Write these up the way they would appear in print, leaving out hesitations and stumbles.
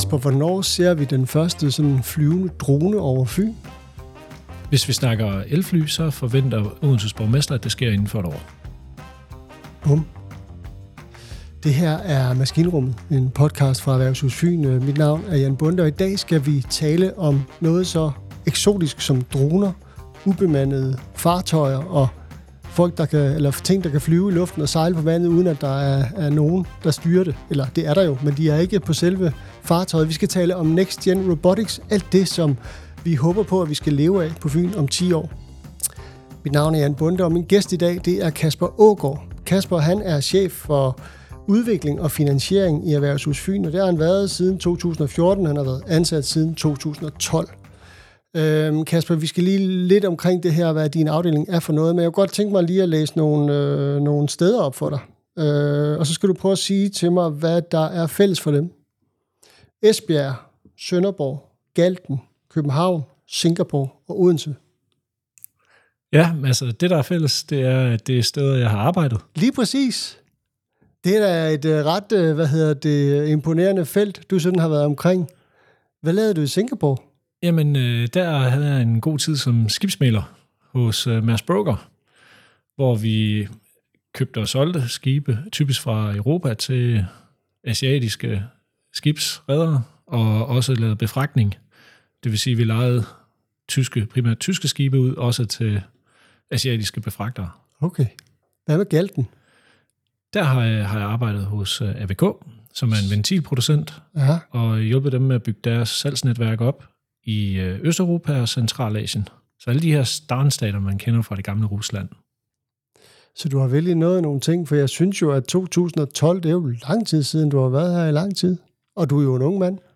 Kasper, hvornår ser vi den første sådan flyvende drone over Fyn? Hvis vi snakker elfly, så forventer Odenses borgmester, at det sker inden for et år. Bum. Det her er Maskinrummet, en podcast fra Erhvervshus Fyn. Mit navn er Jan Bonde, og i dag skal vi tale om noget så eksotisk som droner, ubemandede fartøjer og ting, der kan flyve i luften og sejle på vandet, uden at der er nogen, der styrer det. Eller det er der jo, men de er ikke på selve fartøjet. Vi skal tale om Next Gen Robotics, alt det, som vi håber på, at vi skal leve af på Fyn om 10 år. Mit navn er Jan Bonde, og min gæst i dag, det er Kasper Aagaard. Kasper, han er chef for udvikling og finansiering i Erhvervshus Fyn, og det har han været siden 2014. Han har været ansat siden 2012. Kasper, vi skal lige lidt omkring det her, hvad din afdeling er for noget, men jeg kunne godt tænke mig lige at læse nogle steder op for dig. Og så skal du prøve at sige til mig, hvad der er fælles for dem. Esbjerg, Sønderborg, Galten, København, Singapore og Odense. Ja, altså det, der er fælles, det er, at det er steder, jeg har arbejdet. Lige præcis. Det er da et ret, imponerende felt, du sådan har været omkring. Hvad lavede du i Singapore? Jamen, der havde jeg en god tid som skibsmægler hos Maersk Broker, hvor vi købte og solgte skibe, typisk fra Europa til asiatiske skibsredere, og også lavede befragtning. Det vil sige, at vi lejede primært tyske skibe ud, også til asiatiske befragtere. Okay. Hvad med Galten? Der har jeg arbejdet hos AVK, som er en ventilproducent, Aha. og hjulpet dem med at bygge deres salgsnetværk op i Østeuropa og Centralasien. Så alle de her startstater, man kender fra det gamle Rusland. Så du har vel nået nogle ting, for jeg synes jo, at 2012, det er jo lang tid siden, du har været her i lang tid. Og du er jo en ung mand.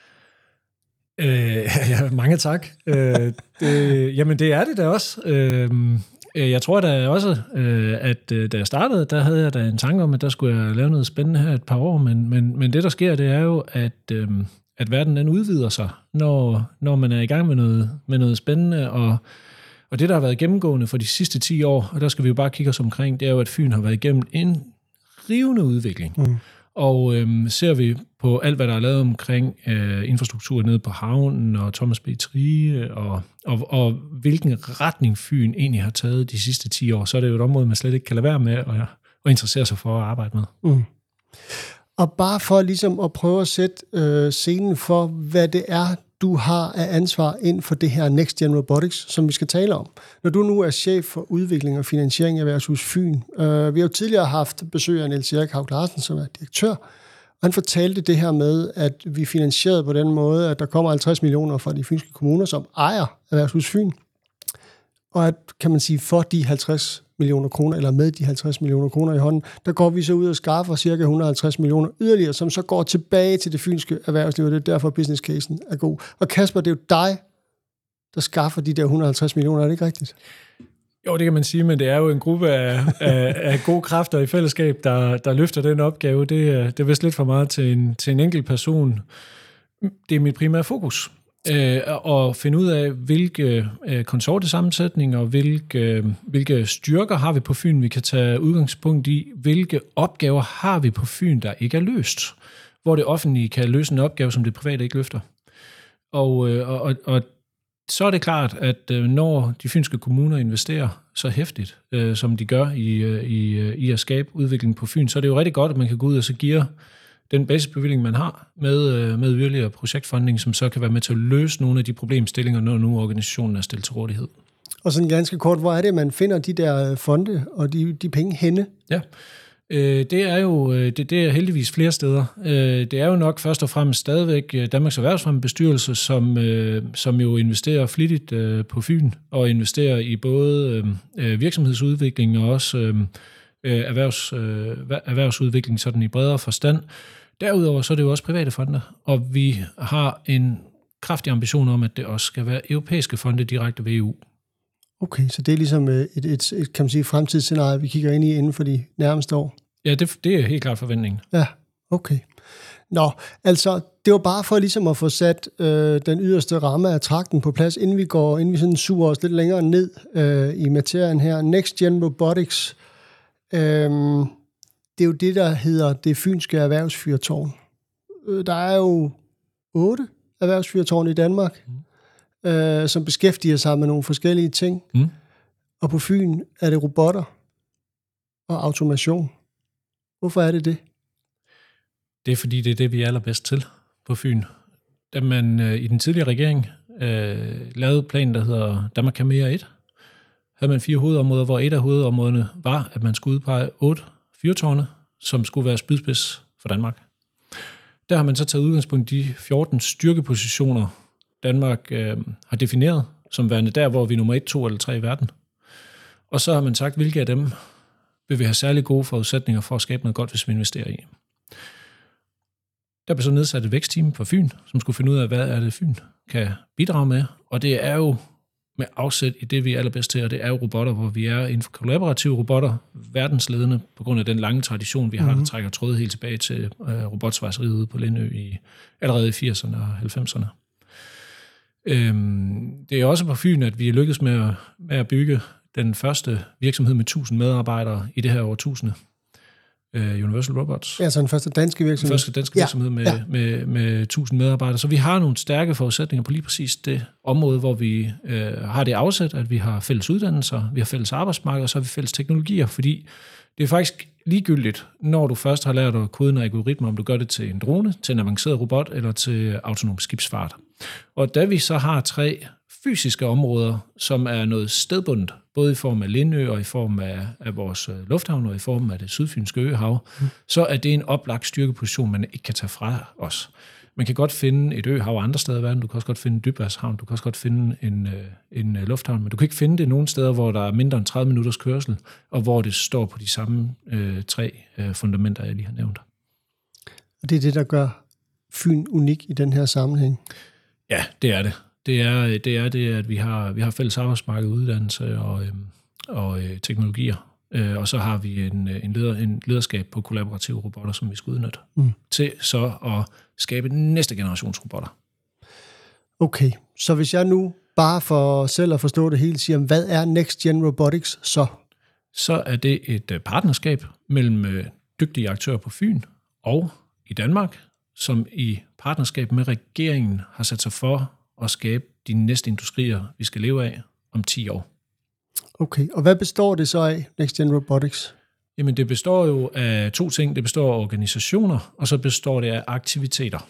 Ja, mange tak. Jamen, det er det da også. Jeg tror da også, at da jeg startede, der havde jeg da en tanke om, at der skulle jeg lave noget spændende her et par år, men det, der sker, det er jo, at verden den udvider sig, når man er i gang med noget spændende, og det, der har været gennemgående for de sidste 10 år, og der skal vi jo bare kigge os omkring, det er jo, at Fyn har været igennem en rivende udvikling. Mm. Og ser vi på alt, hvad der er lavet omkring infrastruktur nede på havnen og Thomas B. Thrige, og hvilken retning Fyn egentlig har taget de sidste 10 år, så er det jo et område, man slet ikke kan lade være med at interessere sig for at arbejde med. Mm. Og bare for ligesom at prøve at sætte scenen for, hvad det er, du har af ansvar inden for det her Next Gen Robotics, som vi skal tale om. Når du nu er chef for udvikling og finansiering af Erhvervshus Fyn. Vi har jo tidligere haft besøg af Niels Erik Haug Larsen, som er direktør, og han fortalte det her med, at vi finansierede på den måde, at der kommer 50 millioner fra de fynske kommuner, som ejer Erhvervshus Fyn. Og at, kan man sige, for de 50 millioner kroner, eller med de 50 millioner kroner i hånden, der går vi så ud og skaffer cirka 150 millioner yderligere, som så går tilbage til det fynske erhvervsliv, og det er derfor business casen er god. Og Kasper, det er jo dig, der skaffer de der 150 millioner, er det ikke rigtigt? Jo, det kan man sige, men det er jo en gruppe af gode kræfter i fællesskab, der løfter den opgave. Det er vist lidt for meget til en enkelt person. Det er mit primære fokus. Og finde ud af, hvilke konsortiesammensætninger og hvilke styrker har vi på Fyn, vi kan tage udgangspunkt i, hvilke opgaver har vi på Fyn, der ikke er løst, hvor det offentlige kan løse en opgave, som det private ikke løfter. Og så er det klart, at når de fynske kommuner investerer så hæftigt, som de gør i at skabe udvikling på Fyn, så er det jo rigtig godt, at man kan gå ud og så give den basisbevilling, man har med yderligere projektfunding, som så kan være med til at løse nogle af de problemstillinger, når nu organisationen er stillet til rådighed. Og sådan ganske kort, hvor er det, man finder de der fonde og de penge henne? Ja, det er jo det er heldigvis flere steder. Det er jo nok først og fremmest stadigvæk Danmarks Erhvervsfremmebestyrelse, som jo investerer flittigt på Fyn, og investerer i både virksomhedsudvikling og også erhvervsudvikling sådan i bredere forstand. Derudover så er det jo også private fonde, og vi har en kraftig ambition om, at det også skal være europæiske fonde direkte ved EU. Okay, så det er ligesom et kan man sige, fremtidsscenarie, vi kigger ind i inden for de nærmeste år? Ja, det er helt klart forventningen. Ja, okay. Nå, altså, det var bare for ligesom at få sat den yderste ramme af trakten på plads, inden vi sådan suger os lidt længere ned i materien her. Next Gen Robotics, det er jo det, der hedder det fynske erhvervsfyrtårn. Der er jo 8 erhvervsfyrtårne i Danmark, som beskæftiger sig med nogle forskellige ting. Og på Fyn er det robotter og automation. Hvorfor er det det? Det er fordi, det er det, vi er allerbedst til på Fyn. Da man i den tidligere regering lavede planen, der hedder Danmark kan mere 1, havde man 4 hovedområder, hvor et af hovedområderne var, at man skulle udpege 8 fyrtårne, som skulle være spydspids for Danmark. Der har man så taget udgangspunkt i de 14 styrkepositioner, Danmark har defineret som værende der, hvor vi er nummer 1, 2 eller 3 i verden. Og så har man sagt, hvilke af dem vil vi have særlig gode forudsætninger for at skabe noget godt, hvis vi investerer i. Der blev så nedsat et vækstteam på Fyn, som skulle finde ud af, hvad er det, Fyn kan bidrage med. Og det er jo med afsæt i det, vi er allerbedst til, og det er jo robotter, hvor vi er inden for kollaborative robotter, verdensledende, på grund af den lange tradition, vi har, der trækker trådet helt tilbage til robotsvejseriet ude på Lindø allerede i 80'erne og 90'erne. Det er også på Fyn, at vi er lykkedes med at bygge den første virksomhed med 1000 medarbejdere i det her årtusinde. Universal Robots. Ja, så den første danske virksomhed. Den første danske virksomhed med 1000 medarbejdere. Så vi har nogle stærke forudsætninger på lige præcis det område, hvor vi har det afsæt, at vi har fælles uddannelser, vi har fælles arbejdsmarked, og så har vi fælles teknologier, fordi det er faktisk ligegyldigt, når du først har lært at kode en algoritme, om du gør det til en drone, til en avanceret robot eller til autonom skibsfart. Og da vi så har 3 fysiske områder, som er noget stedbundet, både i form af Lindø og i form af vores lufthavn og i form af det sydfynske øhav, så er det en oplagt styrkeposition, man ikke kan tage fra os. Man kan godt finde et øhav andre steder i verden, du kan også godt finde en dybvandshavn, du kan også godt finde en lufthavn, men du kan ikke finde det nogen steder, hvor der er mindre end 30 minutters kørsel, og hvor det står på de samme 3 fundamenter, jeg lige har nævnt. Og det er det, der gør Fyn unik i den her sammenhæng? Ja, det er det. Det er det, at vi har fælles arbejdsmarked, uddannelse og teknologier. Og så har vi en lederskab på kollaborative robotter, som vi skal udnytte til så at skabe næste generations robotter. Okay, så hvis jeg nu bare for selv at forstå det hele siger, hvad er Next Gen Robotics så? Så er det et partnerskab mellem dygtige aktører på Fyn og i Danmark, som i partnerskab med regeringen har sat sig for at skabe de næste industrier, vi skal leve af om 10 år. Okay, og hvad består det så af, Next Gen Robotics? Jamen, det består jo af 2 ting. Det består af organisationer, og så består det af aktiviteter.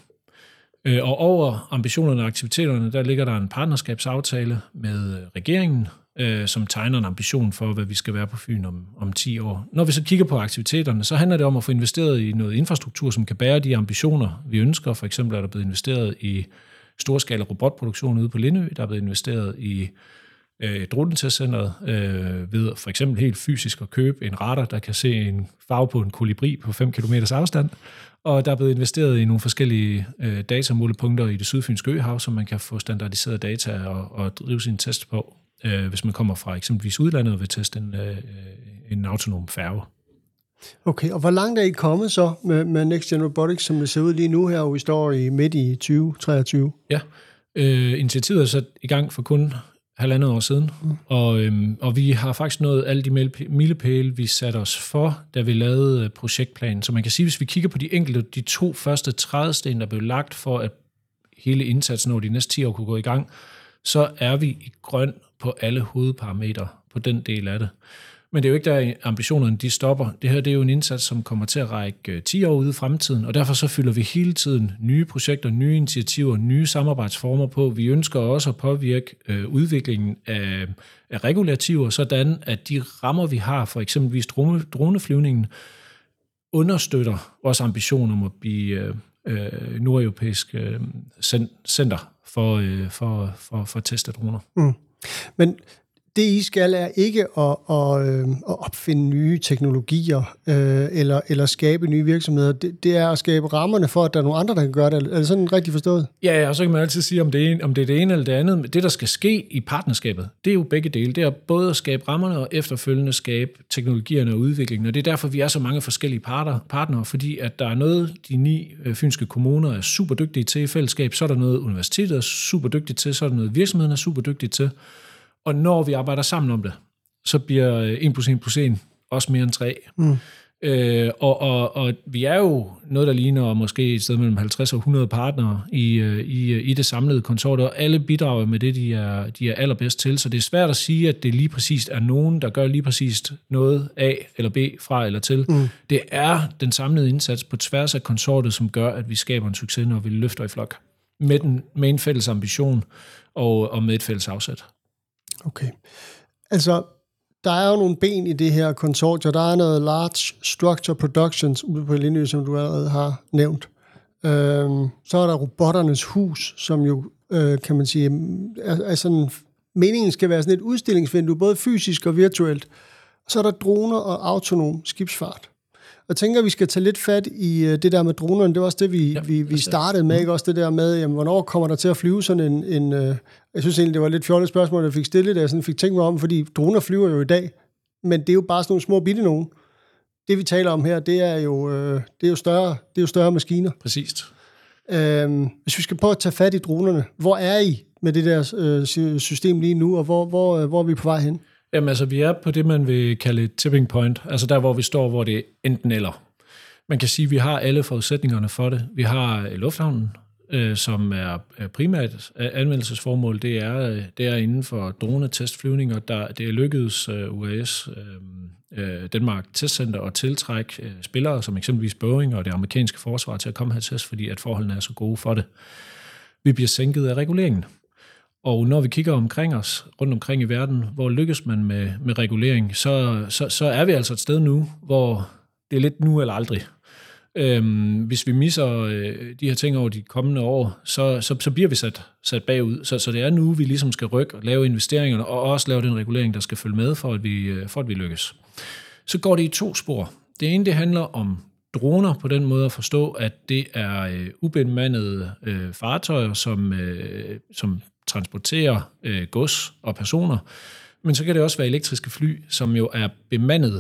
Og over ambitionerne og aktiviteterne, der ligger der en partnerskabsaftale med regeringen, som tegner en ambition for, hvad vi skal være på Fyn om 10 år. Når vi så kigger på aktiviteterne, så handler det om at få investeret i noget infrastruktur, som kan bære de ambitioner, vi ønsker. For eksempel er der blevet investeret i storskala robotproduktion ude på Lindø. Der er blevet investeret i dronetestcenteret ved for eksempel helt fysisk at købe en radar, der kan se en farve på en kolibri på 5 km afstand. Og der er blevet investeret i nogle forskellige datamålepunkter i det sydfynske øhav, så man kan få standardiseret data og drive sin test på, hvis man kommer fra eksempelvis udlandet og vil teste en autonom færge. Okay, og hvor langt er I kommet så med Next Gen Robotics, som det ser ud lige nu her, og vi står i midt i 2023? Ja, initiativet er sat i gang for kun 1,5 år siden, og vi har faktisk nået alle de milepæle, vi satte os for, da vi lavede projektplanen. Så man kan sige, hvis vi kigger på de 2 første trædesten, der blev lagt for, at hele indsatsen over de næste 10 år kunne gå i gang, så er vi i grøn på alle hovedparametre på den del af det. Men det er jo ikke der ambitionerne de stopper. Det her det er jo en indsats, som kommer til at række 10 år ude i fremtiden, og derfor så fylder vi hele tiden nye projekter, nye initiativer, nye samarbejdsformer på. Vi ønsker også at påvirke udviklingen af regulativer, sådan at de rammer, vi har for eksempelvis droneflyvningen, understøtter vores ambition om at blive nordeuropæisk center for test af droner. Men det I skal er ikke at opfinde nye teknologier eller skabe nye virksomheder. Det er at skabe rammerne for, at der er nogle andre, der kan gøre det. Er det sådan rigtig forstået? Ja, og så kan man altid sige, om det er det ene eller det andet. Det, der skal ske i partnerskabet, det er jo begge dele. Det er både at skabe rammerne og efterfølgende skabe teknologierne og udviklingen. Og det er derfor, vi er så mange forskellige partnere, fordi at der er noget, de 9 fynske kommuner er super dygtige til i fællesskab. Så er der noget, universitetet er super dygtigt til. Så er der noget, virksomheden er super dygtigt til. Og når vi arbejder sammen om det, så bliver 1 + 1 + 1 også mere end 3. Og vi er jo noget, der ligner måske et sted mellem 50 og 100 partnere i det samlede konsort, og alle bidrager med det, de er allerbedst til. Så det er svært at sige, at det lige præcis er nogen, der gør lige præcis noget A eller B, fra eller til. Det er den samlede indsats på tværs af konsortet, som gør, at vi skaber en succes, når vi løfter i flok. Med en fælles ambition og med et fælles afsæt. Okay. Altså, der er jo nogle ben i det her konsortium. Der er noget Large Structure Productions ude på Lindø, som du allerede har nævnt. Så er der Robotternes Hus, som jo, kan man sige, er sådan, meningen skal være sådan et udstillingsvindue, både fysisk og virtuelt. Så er der droner og autonom skibsfart. Jeg tænker, at vi skal tage lidt fat i det der med dronerne. Det var også det, vi startede med. Ikke? Også det der med, jamen, hvornår kommer der til at flyve sådan en jeg synes egentlig, det var et lidt fjollet spørgsmål, jeg fik stillet, da jeg sådan fik tænkt mig om, fordi droner flyver jo i dag, men det er jo bare sådan nogle små bitte nogen. Det, vi taler om her, det er jo større maskiner. Præcist. Hvis vi skal prøve at tage fat i dronerne, hvor er I med det der system lige nu, og hvor er vi på vej hen? Jamen altså, vi er på det, man vil kalde et tipping point. Altså der, hvor vi står, hvor det er enten eller. Man kan sige, at vi har alle forudsætningerne for det. Vi har lufthavnen, som er primært anvendelsesformål. Det er inden for dronetestflyvninger. Det er lykkedes UAS, Danmark Testcenter, at tiltrække spillere, som eksempelvis Boeing og det amerikanske forsvar, til at komme her til test, fordi at forholdene er så gode for det. Vi bliver sænket af reguleringen. Og når vi kigger omkring os, rundt omkring i verden, hvor lykkes man med regulering, så er vi altså et sted nu, hvor det er lidt nu eller aldrig. Hvis vi misser de her ting over de kommende år, så bliver vi sat bagud. Så det er nu, vi ligesom skal rykke og lave investeringerne, og også lave den regulering, der skal følge med, for at vi lykkes. Så går det i to spor. Det ene, det handler om droner på den måde at forstå, at det er ubemandede fartøjer, som transporterer gods og personer. Men så kan det også være elektriske fly, som jo er bemandede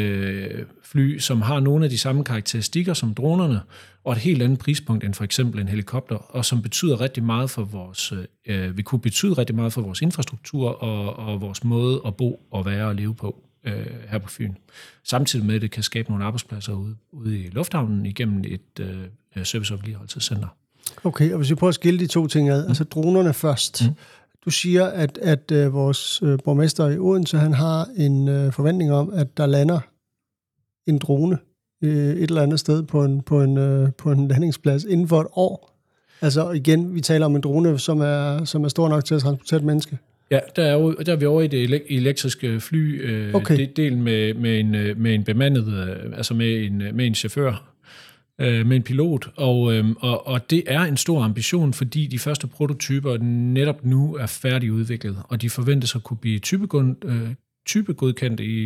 fly, som har nogle af de samme karakteristikker som dronerne, og et helt andet prispunkt end for eksempel en helikopter, og som betyder rigtig meget for vores, vil kunne betyde rigtig meget for vores infrastruktur og vores måde at bo og være og leve på her på Fyn. Samtidig med, at det kan skabe nogle arbejdspladser ude i lufthavnen igennem et service- og vedligeholdelsescenter. Okay, og hvis vi prøver at skille de to ting ad, altså dronerne først. Du siger, at vores borgmester i Odense, han har en forventning om, at der lander en drone et eller andet sted på en landingsplads inden for et år. Altså igen, vi taler om en drone, som er stor nok til at transportere et menneske. Ja, der er vi over i det elektriske fly, okay. Del med en bemandet, altså med en chauffør, med en pilot, og det er en stor ambition, fordi de første prototyper netop nu er færdigudviklet, og de forventes at kunne blive typegodkendt i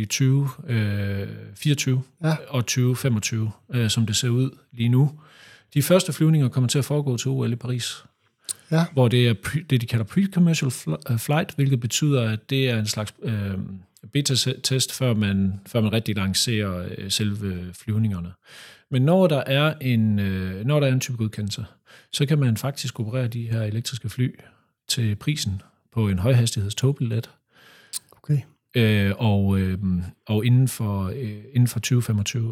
2024 og 2025, som det ser ud lige nu. De første flyvninger kommer til at foregå til OL i Paris, hvor det er det, de kalder pre-commercial flight, hvilket betyder, at det er en slags beta-test, før man rigtig lancerer selve flyvningerne. Men når der er en type godkendelse, så kan man faktisk operere de her elektriske fly til prisen på en højhastighedstogbillet. Okay. Og inden for 2025.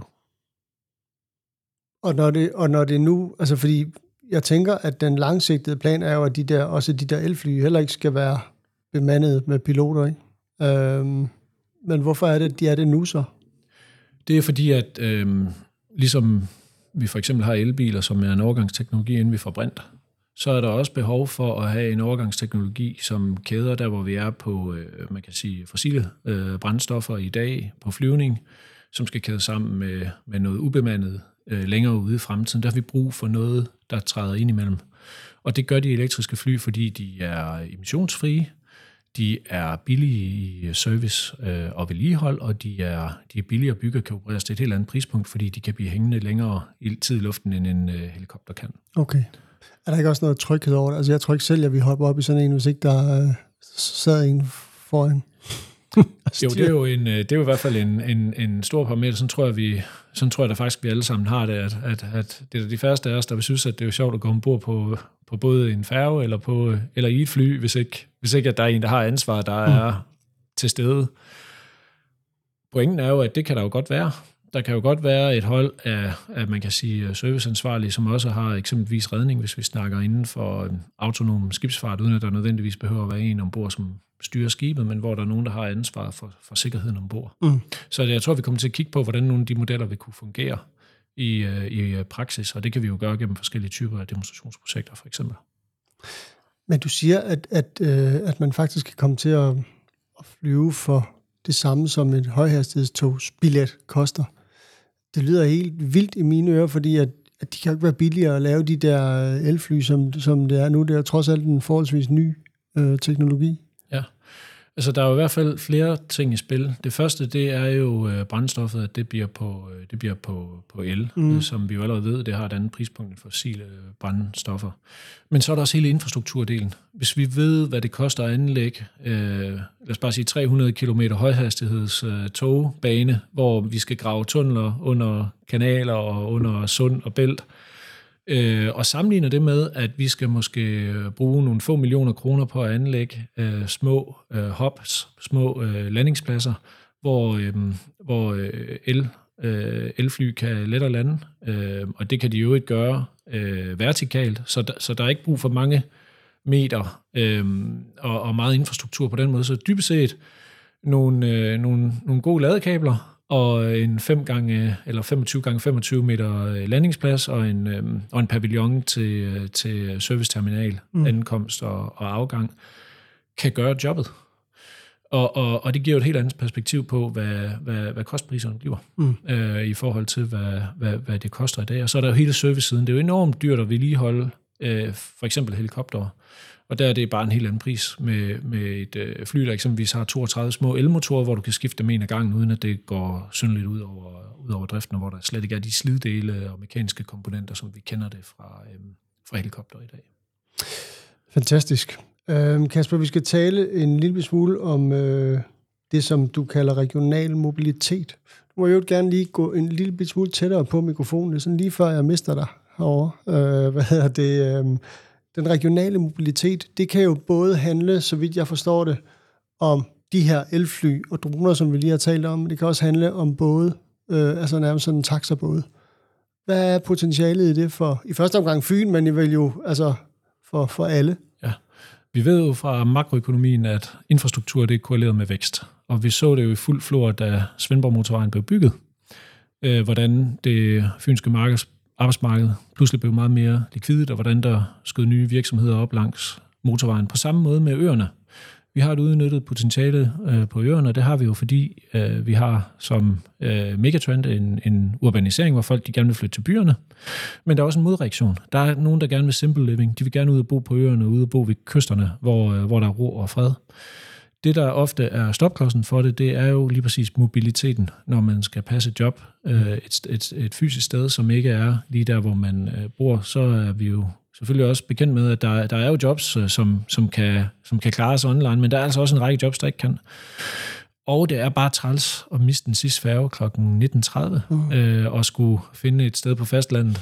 Og når det nu, altså fordi jeg tænker, at den langsigtede plan er jo, at de der elfly heller ikke skal være bemandet med piloter, ikke? Men hvorfor er det, de er det nu så? Det er fordi, at ligesom vi for eksempel har elbiler, som er en overgangsteknologi, inden vi får brint, så er der også behov for at have en overgangsteknologi, som kæder der, hvor vi er på, man kan sige, fossile brændstoffer i dag på flyvning, som skal kædes sammen med noget ubemandet længere ude i fremtiden. Der har vi brug for noget, der træder ind imellem. Og det gør de elektriske fly, fordi de er emissionsfrie, de er billige i service og vedligehold, og de er billige at bygge og kan opereres til et helt andet prispunkt, fordi de kan blive hængende længere tid i luften, end en helikopter kan. Okay. Er der ikke også noget tryghed over det? Altså jeg tror ikke selv, jeg vil hoppe op i sådan en, hvis ikke der sad en foran. Jo, det er jo i hvert fald en stor parameter. Sådan tror jeg da faktisk, vi alle sammen har det, at det er de færreste af os, der vil synes, at det er sjovt at gå ombord på både en færge eller i et fly, hvis ikke at der er en, der har ansvar, der er til stede. Pointen er jo, at det kan der jo godt være. der kan jo godt være et hold af man kan sige, serviceansvarlige, som også har eksempelvis redning, hvis vi snakker inden for autonom skibsfart, uden at der nødvendigvis behøver at være en ombord, som styrer skibet, men hvor der er nogen, der har ansvar for sikkerheden ombord. Så jeg tror, vi kommer til at kigge på, hvordan nogle af de modeller vil kunne fungere i praksis, og det kan vi jo gøre gennem forskellige typer af demonstrationsprojekter, for eksempel. Men du siger, at man faktisk kan komme til at flyve for det samme, som et højhastighedstogsbillet koster. Det lyder helt vildt i mine ører, fordi at de kan ikke være billigere at lave de der elfly, som det er nu. Det er trods alt en forholdsvis ny teknologi. Ja, altså der er jo i hvert fald flere ting i spil. Det første, det er jo brændstoffet, at det bliver på el, som vi jo allerede ved, det har et andet prispunkt end fossile brændstoffer. Men så er der også hele infrastrukturdelen. Hvis vi ved, hvad det koster at anlægge, lad os bare sige 300 km højhastigheds togbane, hvor vi skal grave tunneler under kanaler og under sund og bælt, og sammenligner det med, at vi skal måske bruge nogle få millioner kroner på at anlægge små hubs, små landingspladser, hvor elfly kan lettere lande, og det kan de jo ikke gøre vertikalt, så der er ikke brug for mange meter og meget infrastruktur på den måde. Så dybest set nogle gode ladekabler, og en 25x25 meter landingsplads og en pavillon til serviceterminal, ankomst og afgang, kan gøre jobbet. Og det giver et helt andet perspektiv på, hvad kostpriserne bliver, i forhold til, hvad det koster i dag. Og så er der jo hele servicesiden. Det er jo enormt dyrt at vedligeholde for eksempel helikoptere. Og der er det bare en helt anden pris med et fly, der eksempelvis har 32 små elmotorer, hvor du kan skifte dem en af gangen, uden at det går synderligt ud over driften, og hvor der slet ikke er de sliddele og mekaniske komponenter, som vi kender det fra helikopter i dag. Fantastisk. Kasper, vi skal tale en lille smule om det, som du kalder regional mobilitet. Du må jo gerne lige gå en lille smule tættere på mikrofonen, sådan lige før jeg mister dig herovre. Den regionale mobilitet, det kan jo både handle, så vidt jeg forstår det, om de her elfly og droner, som vi lige har talt om. Det kan også handle om både, altså nærmest sådan en taxabåde. Hvad er potentialet i det for, i første omgang Fyn, men I vel jo altså for alle? Ja, vi ved jo fra makroøkonomien, at infrastruktur det er korreleret med vækst. Og vi så det jo i fuld flor, da Svendborg-motorvejen blev bygget. Hvordan det fynske arbejdsmarked pludselig blev meget mere likvidt, og hvordan der skød nye virksomheder op langs motorvejen. På samme måde med øerne. Vi har et udnyttet potentiale på øerne, og det har vi jo, fordi vi har som megatrend en urbanisering, hvor folk de gerne vil flytte til byerne. Men der er også en modreaktion. Der er nogen, der gerne vil simple living. De vil gerne ud og bo på øerne, ude og bo ved kysterne, hvor der er ro og fred. Det, der ofte er stopklodsen for det er jo lige præcis mobiliteten, når man skal passe et job et fysisk sted, som ikke er lige der, hvor man bor. Så er vi jo selvfølgelig også bekendt med, at der er jo jobs, som kan klares online, men der er altså også en række jobs, der ikke kan. Og det er bare træls at miste den sidste færge kl. 19.30 og skulle finde et sted på fastlandet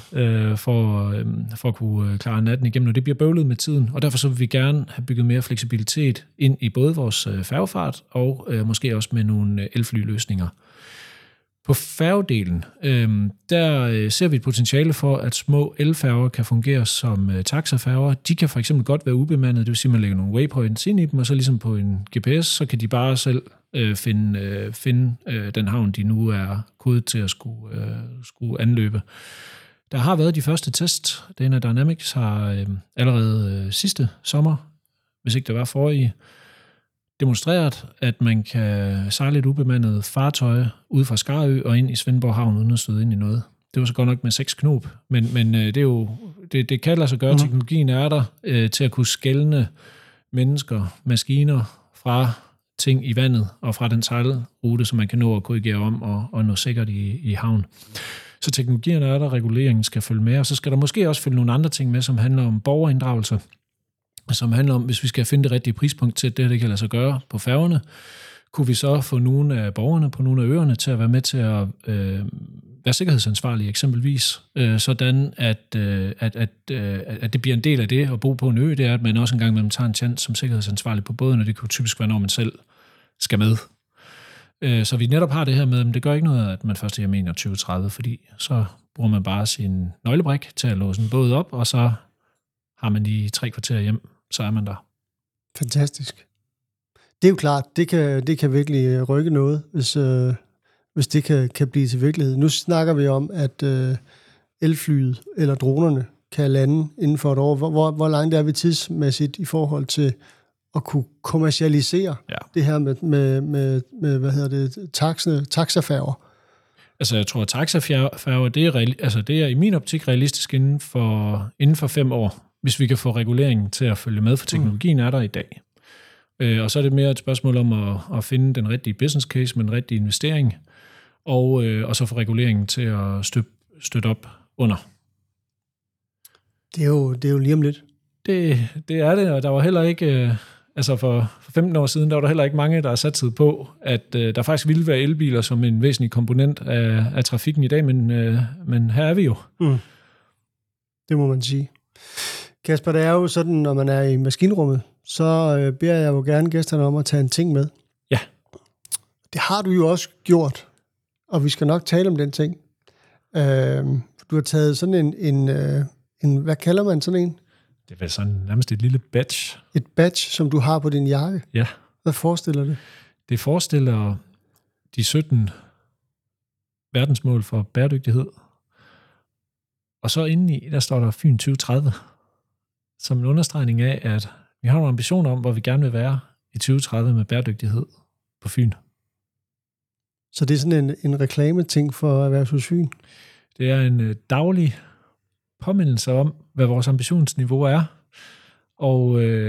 for at kunne klare natten igennem. Og det bliver bøvlet med tiden, og derfor så vil vi gerne have bygget mere fleksibilitet ind i både vores færgefart og måske også med nogle elflyløsninger. På færgedelen, der ser vi et potentiale for, at små elfærger kan fungere som taxafærger. De kan for eksempel godt være ubemandede, det vil sige, at man lægger nogle waypoints ind i dem, og så ligesom på en GPS, så kan de bare selv finde den havn, de nu er kodet til at skulle anløbe. Der har været de første test. Dana Dynamics har allerede sidste sommer, hvis ikke det var forrige, demonstreret, at man kan sejle et ubemandet fartøj ud fra Skarø og ind i Svendborg Havn uden at støde ind i noget. Det var så godt nok med 6 knop, men det er jo det kan lade sig gøre. Teknologien er der til at kunne skelne mennesker, maskiner fra ting i vandet og fra den sejlrute, som man kan nå at korrigere om og nå sikkert i havn. Så teknologien er der, reguleringen skal følge med, og så skal der måske også følge nogle andre ting med, som handler om borgerinddragelse, som handler om, hvis vi skal finde det rigtige prispunkt til, det kan lade sig gøre på færgerne, kunne vi så få nogle af borgerne på nogle af øerne til at være med til at være sikkerhedsansvarlige eksempelvis, sådan at det bliver en del af det at bo på en ø, det er, at man også engang imellem tager en chance som sikkerhedsansvarlig på båden, og det kunne typisk være, når man selv skal med. Så vi netop har det her med, at det gør ikke noget, at man først er hjemme 2030, fordi så bruger man bare sin nøglebrik til at låse en båd op, og så har man lige 3 kvarter hjem, så er man der. Fantastisk. Det er jo klart, det kan virkelig rykke noget, hvis det kan blive til virkelighed. Nu snakker vi om, at elflyet eller dronerne kan lande inden for et år. Hvor langt er vi tidsmæssigt i forhold til at kunne kommercialisere det her med hvad hedder det, taxafærger? Altså, jeg tror, at taxafærger, det er i min optik realistisk inden for 5 år, hvis vi kan få reguleringen til at følge med, for teknologien er der i dag. Og så er det mere et spørgsmål om at finde den rigtige business case med den rigtige investering, og så få reguleringen til at støtte op under. Det er jo lige om lidt. Det er det, og der var heller ikke... Altså for 15 år siden, der var der heller ikke mange, der har sat sig på, at der faktisk ville være elbiler som en væsentlig komponent af trafikken i dag, men her er vi jo. Det må man sige. Kasper, det er jo sådan, når man er i maskinrummet, så beder jeg jo gerne gæsterne om at tage en ting med. Ja. Det har du jo også gjort, og vi skal nok tale om den ting. Du har taget sådan en hvad kalder man sådan en? Det er sådan nærmest et lille badge. Et badge, som du har på din jakke? Ja. Hvad forestiller det? Det forestiller de 17 verdensmål for bæredygtighed. Og så indeni, der står der Fyn 2030, som en understregning af, at vi har nogle ambitioner om, hvor vi gerne vil være i 2030 med bæredygtighed på Fyn. Så det er sådan en reklame-ting for Erhvervshus Fyn? Det er en daglig påmindelse om, hvad vores ambitionsniveau er. Og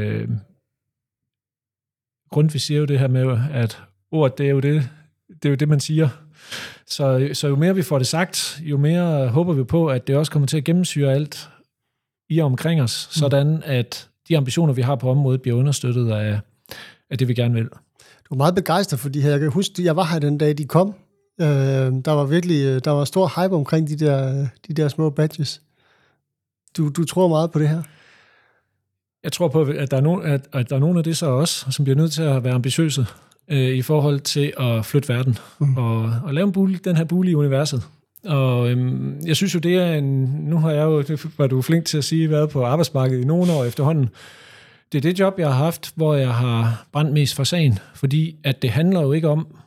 Grundtvig siger jo det her med, at ordet, det er jo det, man siger. Så jo mere vi får det sagt, jo mere håber vi på, at det også kommer til at gennemsyre alt i og omkring os, sådan at de ambitioner, vi har på området, bliver understøttet af det, vi gerne vil. Du er meget begejstret for de her. Jeg kan huske, jeg var her den dag, de kom. Der var stor hype omkring de der små badges. Du tror meget på det her? Jeg tror på, at der er nogen af det så også, som bliver nødt til at være ambitiøse i forhold til at flytte verden og lave den her bule i universet. Og jeg synes jo, det er nu har jeg jo, det var du flink til at sige, været på arbejdsmarkedet i nogle år efterhånden. Det er det job, jeg har haft, hvor jeg har brændt mest for sagen, fordi at det handler jo ikke om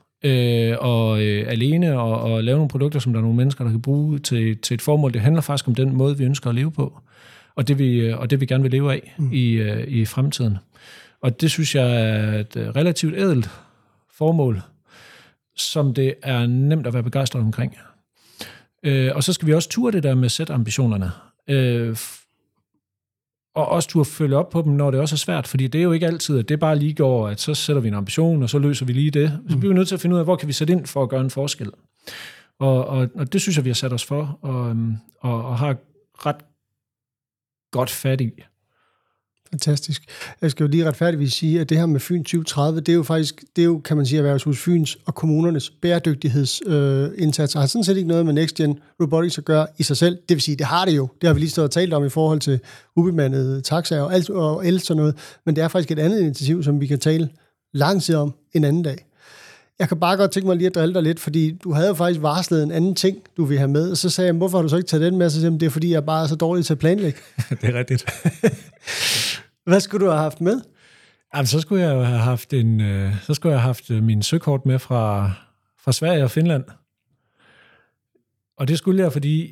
alene og lave nogle produkter, som der er nogle mennesker, der kan bruge til et formål. Det handler faktisk om den måde, vi ønsker at leve på, og det vi gerne vil leve af i fremtiden. Og det synes jeg er et relativt ædelt formål, som det er nemt at være begejstret omkring. Og så skal vi også turde det der med at sætte ambitionerne. Og også turde følge op på dem, når det også er svært, fordi det er jo ikke altid, at det bare lige går, at så sætter vi en ambition, og så løser vi lige det. Så bliver vi nødt til at finde ud af, hvor kan vi sætte ind for at gøre en forskel. Og det synes jeg, vi har sat os for, og har ret godt fat i. Fantastisk. Jeg skal jo lige retfærdigvis sige, at det her med Fyn 2030, det er jo, kan man sige, Erhvervshus Fyns og kommunernes bæredygtighedsindsatser har sådan set ikke noget med Next Gen Robotics at gøre i sig selv. Det vil sige, det har det jo. Det har vi lige stået og talt om i forhold til ubemandede taxaer og el sådan noget. Men det er faktisk et andet initiativ, som vi kan tale lang tid om en anden dag. Jeg kan bare godt tænke mig lige at drille dig lidt, fordi du havde jo faktisk varslet en anden ting, du vil have med, og så sagde jeg, hvorfor har du så ikke taget den med? Så sagde jeg, det er fordi, jeg bare er så dårlig til at planlægge. Det er rigtigt. Hvad skulle du have haft med? Jamen, så skulle jeg have haft min søkort med fra Sverige og Finland. Og det skulle jeg, fordi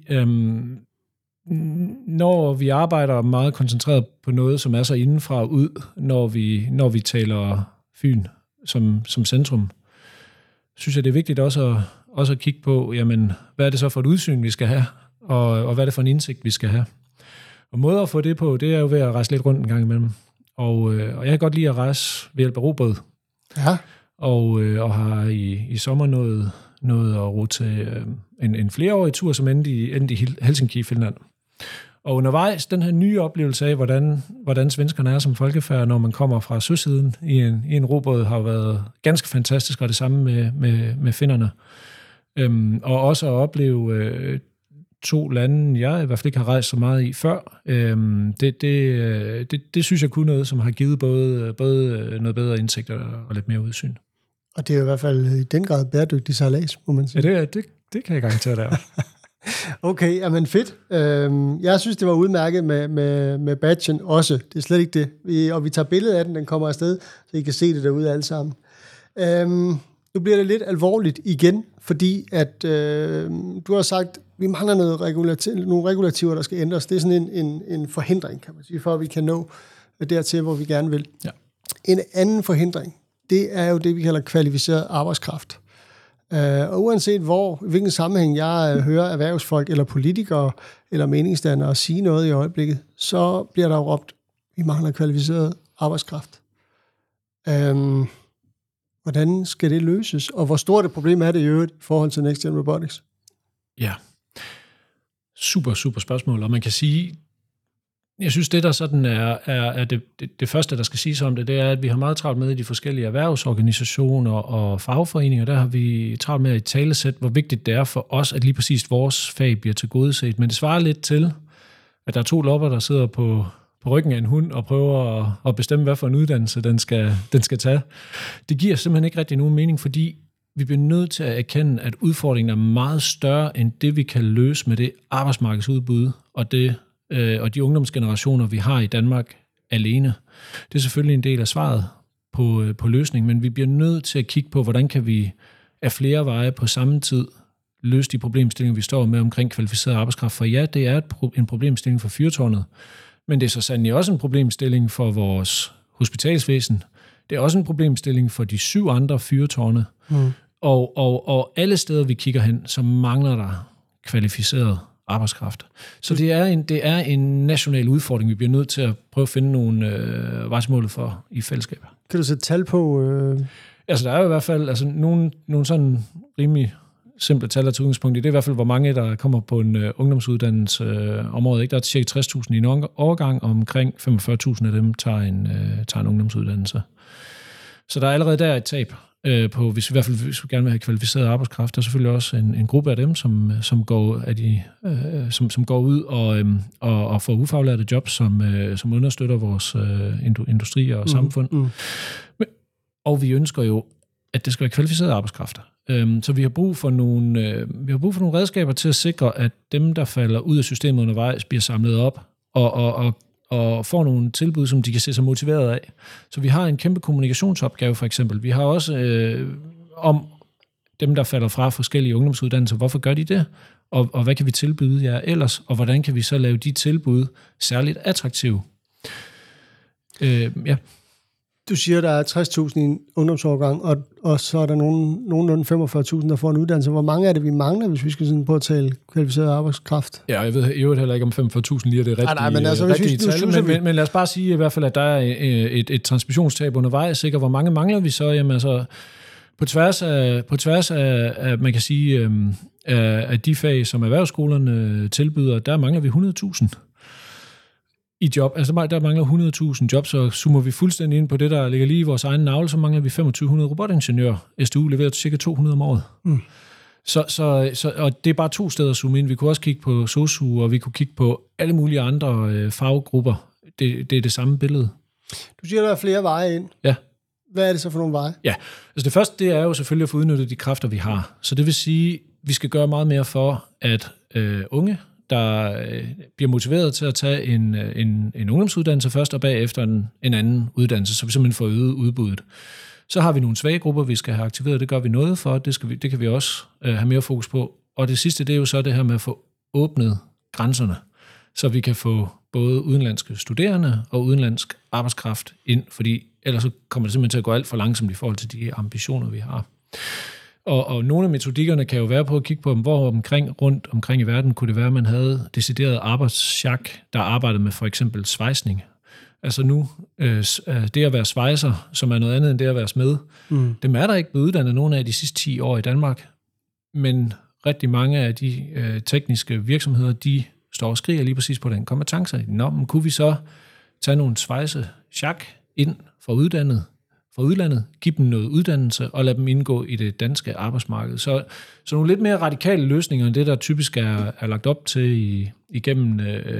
når vi arbejder meget koncentreret på noget, som er så indenfra og ud, når vi taler Fyn som centrum, synes jeg, det er vigtigt også at kigge på, jamen, hvad er det så for et udsyn, vi skal have, og hvad er det for en indsigt, vi skal have. Og måder at få det på, det er jo ved at rejse lidt rundt en gang imellem. Og jeg kan godt lide at rejse ved hjælp af robåd. Ja. Og har i sommer nået at ro til en flereårig tur, som endte i Helsinki i Finland. Og undervejs, den her nye oplevelse af, hvordan svenskerne er som folkefærd, når man kommer fra søsiden i en robåd, har været ganske fantastisk, og det samme med finnerne. Og også at opleve 2 lande, jeg i hvert fald ikke har rejst så meget i før, det synes jeg kunne noget, som har givet både noget bedre indsigt og lidt mere udsyn. Og det er jo i hvert fald i den grad bæredygtig sejlads, må man sige. Ja, det kan jeg garantere der. Okay, jamen fedt. Jeg synes, det var udmærket med badgen også. Det er slet ikke det. Og vi tager billedet af den kommer afsted, så I kan se det derude alle sammen. Nu bliver det lidt alvorligt igen, fordi at du har sagt, at vi mangler nogle regulativer, der skal ændres. Det er sådan en forhindring, kan man sige, for at vi kan nå dertil, hvor vi gerne vil. Ja. En anden forhindring, det er jo det, vi kalder kvalificeret arbejdskraft. Og uanset hvilken sammenhæng jeg hører erhvervsfolk eller politikere eller meningsdannere sige noget i øjeblikket, så bliver der jo råbt, vi mangler kvalificeret arbejdskraft. Hvordan skal det løses? Og hvor stort et problem er det i øvrigt i forhold til Next Gen Robotics? Ja, super spørgsmål, og man kan sige, jeg synes, det der sådan er det første, der skal siges om det, det er, at vi har meget travlt med i de forskellige erhvervsorganisationer og fagforeninger. Der har vi travlt med at italesætte, hvor vigtigt det er for os, at lige præcis vores fag bliver tilgodeset. Men det svarer lidt til, at der er 2 lopper, der sidder på ryggen af en hund og prøver at bestemme, hvad for en uddannelse den skal tage. Det giver simpelthen ikke rigtig nogen mening, fordi vi bliver nødt til at erkende, at udfordringen er meget større end det, vi kan løse med det arbejdsmarkedsudbud og de ungdomsgenerationer, vi har i Danmark alene. Det er selvfølgelig en del af svaret på løsningen, men vi bliver nødt til at kigge på, hvordan kan vi af flere veje på samme tid løse de problemstillinger, vi står med omkring kvalificeret arbejdskraft. For ja, det er en problemstilling for fyrtårnet, men det er så sandelig også en problemstilling for vores hospitalsvæsen. Det er også en problemstilling for de 7 andre fyrtårne. Og alle steder, vi kigger hen, så mangler der kvalificeret arbejdskraft. Så det er en national udfordring, vi bliver nødt til at prøve at finde nogle retsmål for i fællesskab. Kan du sætte tal på? Altså, der er jo i hvert fald nogle sådan rimelig simple tal til udgangspunkt. Det er i hvert fald, hvor mange, der kommer på en ungdomsuddannelse om året. Ikke? Der er cirka 60.000 i en årgang, og omkring 45.000 af dem tager en ungdomsuddannelse. Så der er allerede der et tab på, hvis vi gerne vil have kvalificeret arbejdskraft. Der er selvfølgelig også en gruppe af dem, som går ud og får ufaglærte jobs, som understøtter vores industri og samfund. Og vi ønsker jo, at det skal være kvalificeret arbejdskraft. Så vi har brug for nogle redskaber til at sikre, at dem, der falder ud af systemet undervejs, bliver samlet op og får nogle tilbud, som de kan se sig motiveret af. Så vi har en kæmpe kommunikationsopgave, for eksempel. Vi har også om dem, der falder fra forskellige ungdomsuddannelser. Hvorfor gør de det? Og hvad kan vi tilbyde jer ellers? Og hvordan kan vi så lave de tilbud særligt attraktive? Ja. Du siger, der er 60.000 i en ungdomsårgang, og så er der nogenlunde 45.000, der får en uddannelse. Hvor mange er det, vi mangler, hvis vi skal sådan på at tale kvalificeret arbejdskraft? Ja, jeg ved jo heller ikke, om 45.000 lige er det rigtige, nej, men altså, rigtige tal. Men lad os bare sige i hvert fald, at der er et transmissionstab undervejs. Ikke? Hvor mange mangler vi så? Jamen altså, på tværs af man kan sige, af de fag, som erhvervsskolerne tilbyder, der mangler vi 100.000. I job. Altså der mangler 100.000 jobs, så zoomer vi fuldstændig ind på det, der ligger lige i vores egen navle, så mangler vi 2500 robotingeniører. SDU leverer cirka 200 om året. Så, og det er bare 2 steder at zoome ind. Vi kunne også kigge på SOSU, og vi kunne kigge på alle mulige andre faggrupper. Det er det samme billede. Du siger, der er flere veje ind. Ja. Hvad er det så for nogle veje? Ja, altså det første, det er jo selvfølgelig at få udnyttet de kræfter, vi har. Så det vil sige, at vi skal gøre meget mere for, at unge, der bliver motiveret til at tage en ungdomsuddannelse først, og bagefter en anden uddannelse, så vi simpelthen får øget udbuddet. Så har vi nogle svage grupper, vi skal have aktiveret, det gør vi noget for, det kan vi også have mere fokus på. Og det sidste, det er jo så det her med at få åbnet grænserne, så vi kan få både udenlandske studerende og udenlandsk arbejdskraft ind, fordi ellers så kommer det simpelthen til at gå alt for langsomt i forhold til de ambitioner, vi har. Og nogle af metodikkerne kan jo være på at kigge på, hvor rundt omkring i verden kunne det være, at man havde decideret arbejdssjak, der arbejdede med for eksempel svejsning. Altså nu, det at være svejser, som er noget andet end det at være smed, dem er der ikke blevet uddannet nogen af de sidste 10 år i Danmark. Men rigtig mange af de tekniske virksomheder, de står og skriger lige præcis på den kompetence. Nå, men kunne vi så tage nogle svejsesjak ind fra udlandet, give dem noget uddannelse og lade dem indgå i det danske arbejdsmarked. Så nogle lidt mere radikale løsninger end det, der typisk er lagt op til igennem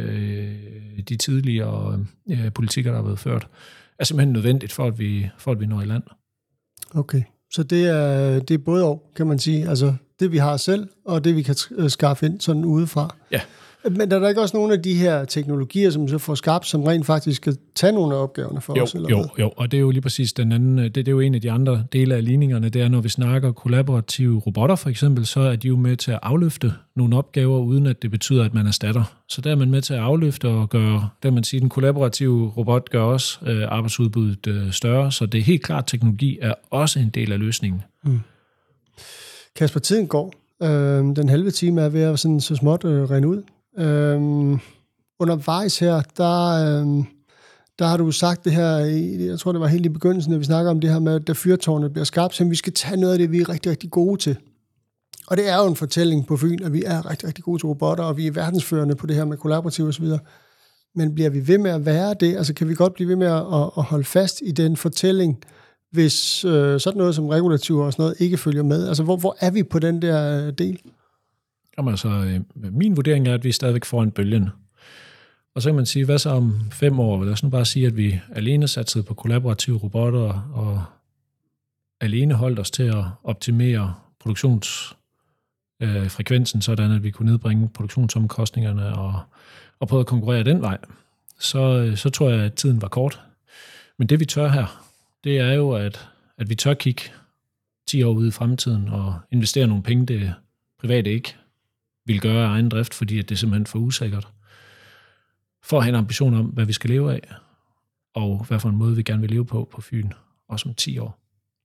de tidligere politikker, der har været ført, er simpelthen nødvendigt for, at vi når i land. Okay. Så det er både og, kan man sige. Altså det, vi har selv, og det, vi kan skaffe ind sådan udefra. Ja. Men er der ikke også nogle af de her teknologier, som så får skabt, som rent faktisk skal tage nogle af opgaverne for os? Eller Jo, og det er jo lige præcis den anden, det er jo en af de andre dele af ligningerne, det er, når vi snakker kollaborative robotter for eksempel, så er de jo med til at afløfte nogle opgaver, uden at det betyder, at man erstatter. Så der er man med til at afløfte og gøre, det man siger, den kollaborative robot gør også arbejdsudbuddet større, så det er helt klart, at teknologi er også en del af løsningen. Kasper, tiden går. Den halve time er ved at sådan så småt rende ud. Undervejs her, der har du sagt det her, jeg tror det var helt i begyndelsen, at vi snakker om det her med, at da fyrtårnet bliver skabt, så vi skal tage noget af det, vi er rigtig, rigtig gode til. Og det er jo en fortælling på Fyn, at vi er rigtig, rigtig gode til robotter, og vi er verdensførende på det her med kollaborativ og så videre. Men bliver vi ved med at være det? Altså kan vi godt blive ved med at holde fast i den fortælling, hvis sådan noget som regulativ og sådan noget ikke følger med? Altså hvor er vi på den der del? Jamen altså, min vurdering er, at vi er stadigvæk foran bølgen. Og så kan man sige, hvad så om 5 år? Lad os nu bare sige, at vi alene satsede på kollaborative robotter, og alene holdt os til at optimere produktionsfrekvensen, sådan at vi kunne nedbringe produktionsomkostningerne og prøve at konkurrere den vej. Så tror jeg, at tiden var kort. Men det vi tør her, det er jo, at vi tør kigge 10 år ude i fremtiden og investere nogle penge, det private ikke vil gøre af egen drift, fordi at det er simpelthen for usikkert. For at have en ambition om, hvad vi skal leve af, og hvad for en måde vi gerne vil leve på Fyn, også om 10 år.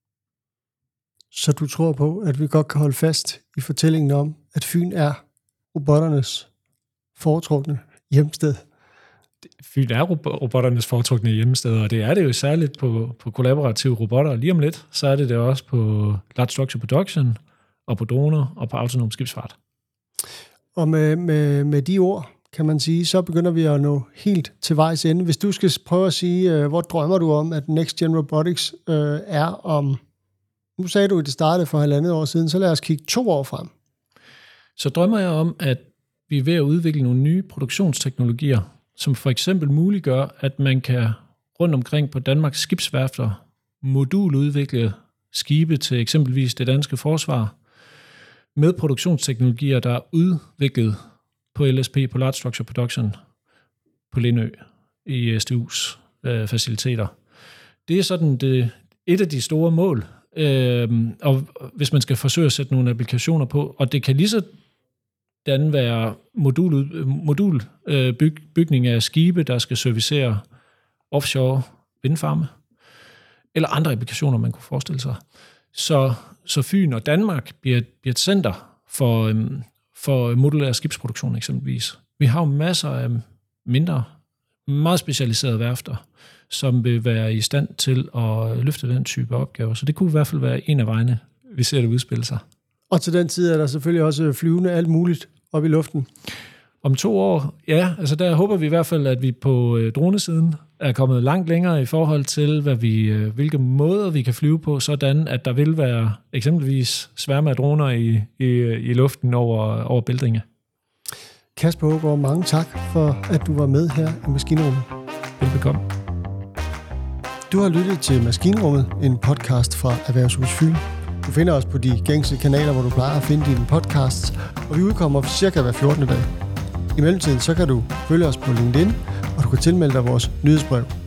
Så du tror på, at vi godt kan holde fast i fortællingen om, at Fyn er robotternes foretrukne hjemsted? Fyn er robotternes foretrukne hjemsted, og det er det jo særligt på kollaborative robotter. Lige om lidt, så er det også på large structure production, og på droner, og på autonom skibsfart. Og med de ord, kan man sige, så begynder vi at nå helt til vejs ende. Hvis du skal prøve at sige, hvor drømmer du om, at Next Gen Robotics er om... Nu sagde du, at det startede for 1,5 år siden, så lad os kigge 2 år frem. Så drømmer jeg om, at vi er ved at udvikle nogle nye produktionsteknologier, som for eksempel muliggør, at man kan rundt omkring på Danmarks skibsværfter moduludvikle skibe til eksempelvis det danske forsvar, med produktionsteknologier, der er udviklet på LSP, på Large Structure Production, på Lindø, i SDU's faciliteter. Det er sådan et af de store mål, og hvis man skal forsøge at sætte nogle applikationer på, og det kan lige sådan være modulbygning af skibe, der skal servicere offshore vindfarme, eller andre applikationer, man kunne forestille sig. Så Fyn og Danmark bliver et center for modulær skibsproduktion eksempelvis. Vi har jo masser af mindre, meget specialiserede værfter, som vil være i stand til at løfte den type opgaver. Så det kunne i hvert fald være en af vejene, vi ser det udspille sig. Og til den tid er der selvfølgelig også flyvende alt muligt op i luften. Om 2 år, ja, altså der håber vi i hvert fald, at vi på dronesiden er kommet langt længere i forhold til, hvilke måder vi kan flyve på, sådan at der vil være eksempelvis sværme af droner i luften over Bæltringe. Kasper Aagaard, mange tak for, at du var med her i Maskinrummet. Velbekomme. Du har lyttet til Maskinrummet, en podcast fra Erhvervshus Fyn. Du finder os på de gængse kanaler, hvor du plejer at finde dine podcasts, og vi udkommer cirka hver 14. dag. I mellemtiden så kan du følge os på LinkedIn, og du kan tilmelde dig vores nyhedsbrev.